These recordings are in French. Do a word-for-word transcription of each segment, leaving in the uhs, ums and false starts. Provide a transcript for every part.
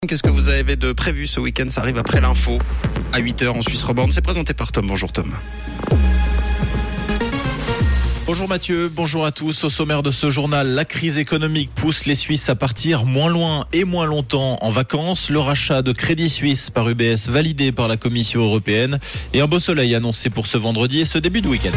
Qu'est-ce que vous avez de prévu ce week-end? Ça arrive après l'info à huit heures en Suisse romande. C'est présenté par Tom. Bonjour Tom. Bonjour Mathieu, bonjour à tous. Au sommaire de ce journal, la crise économique pousse les Suisses à partir moins loin et moins longtemps en vacances. Le rachat de Crédit Suisse par U B S validé par la Commission européenne et un beau soleil annoncé pour ce vendredi et ce début de week-end.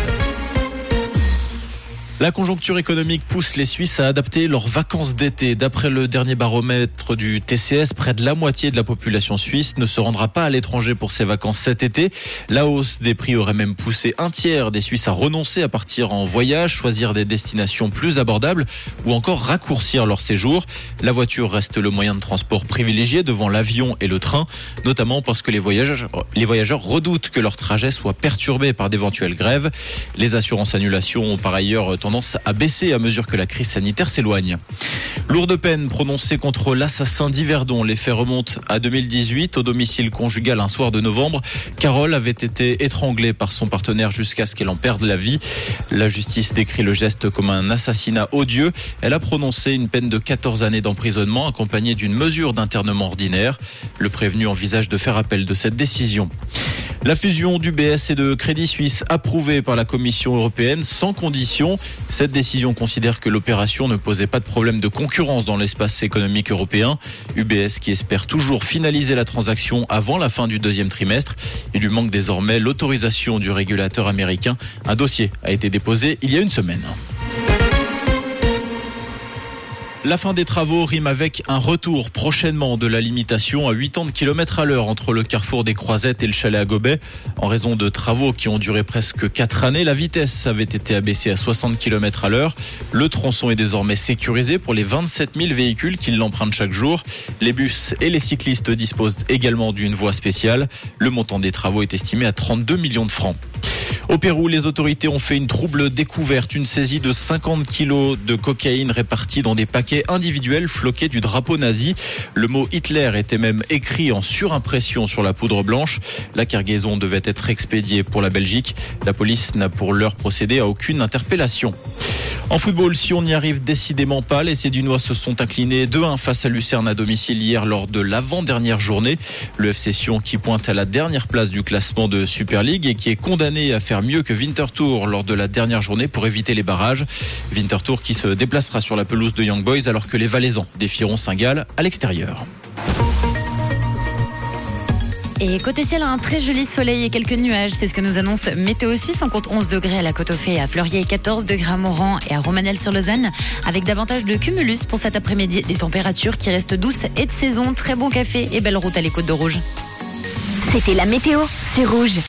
La conjoncture économique pousse les Suisses à adapter leurs vacances d'été. D'après le dernier baromètre du T C S, près de la moitié de la population suisse ne se rendra pas à l'étranger pour ses vacances cet été. La hausse des prix aurait même poussé un tiers des Suisses à renoncer à partir en voyage, choisir des destinations plus abordables ou encore raccourcir leur séjour. La voiture reste le moyen de transport privilégié devant l'avion et le train, notamment parce que les voyageurs, les voyageurs redoutent que leur trajet soit perturbé par d'éventuelles grèves. Les assurances annulations ont par ailleurs tendance à baisser à mesure que la crise sanitaire s'éloigne. Lourde peine prononcée contre l'assassin d'Yverdon. Les faits remontent à deux mille dix-huit. Au domicile conjugal un soir de novembre, Carole avait été étranglée par son partenaire jusqu'à ce qu'elle en perde la vie. La justice décrit le geste comme un assassinat odieux. Elle a prononcé une peine de quatorze années d'emprisonnement accompagnée d'une mesure d'internement ordinaire. Le prévenu envisage de faire appel de cette décision. La fusion d'U B S et de Crédit Suisse approuvée par la Commission européenne sans condition. Cette décision considère que l'opération ne posait pas de problème de concurrence dans l'espace économique européen. U B S qui espère toujours finaliser la transaction avant la fin du deuxième trimestre. Il lui manque désormais l'autorisation du régulateur américain. Un dossier a été déposé il y a une semaine. La fin des travaux rime avec un retour prochainement de la limitation à quatre-vingts kilomètres à l'heure entre le carrefour des Croisettes et le chalet à Gobet. En raison de travaux qui ont duré presque quatre années, la vitesse avait été abaissée à soixante kilomètres à l'heure. Le tronçon est désormais sécurisé pour les vingt-sept mille véhicules qui l'empruntent chaque jour. Les bus et les cyclistes disposent également d'une voie spéciale. Le montant des travaux est estimé à trente-deux millions de francs. Au Pérou, les autorités ont fait une trouble découverte, une saisie de cinquante kilos de cocaïne répartie dans des paquets individuels floqués du drapeau nazi. Le mot Hitler était même écrit en surimpression sur la poudre blanche. La cargaison devait être expédiée pour la Belgique. La police n'a pour l'heure procédé à aucune interpellation. En football, si on n'y arrive décidément pas, les Sédunois se sont inclinés deux un face à Lucerne à domicile hier lors de l'avant-dernière journée. Le F C Sion qui pointe à la dernière place du classement de Super League et qui est condamné à faire mieux que Winterthur lors de la dernière journée pour éviter les barrages. Winterthur qui se déplacera sur la pelouse de Young Boys alors que les Valaisans défieront Saint-Gall à l'extérieur. Et côté ciel, un très joli soleil et quelques nuages. C'est ce que nous annonce Météo Suisse. On compte onze degrés à la Côte-aux-Fées et à Fleurier et quatorze degrés à Moran et à Romanel-sur-Lausanne. Avec davantage de cumulus pour cet après-midi. Des températures qui restent douces et de saison. Très bon café et belle route à l'écoute de Rouge. C'était la météo, c'est Rouge.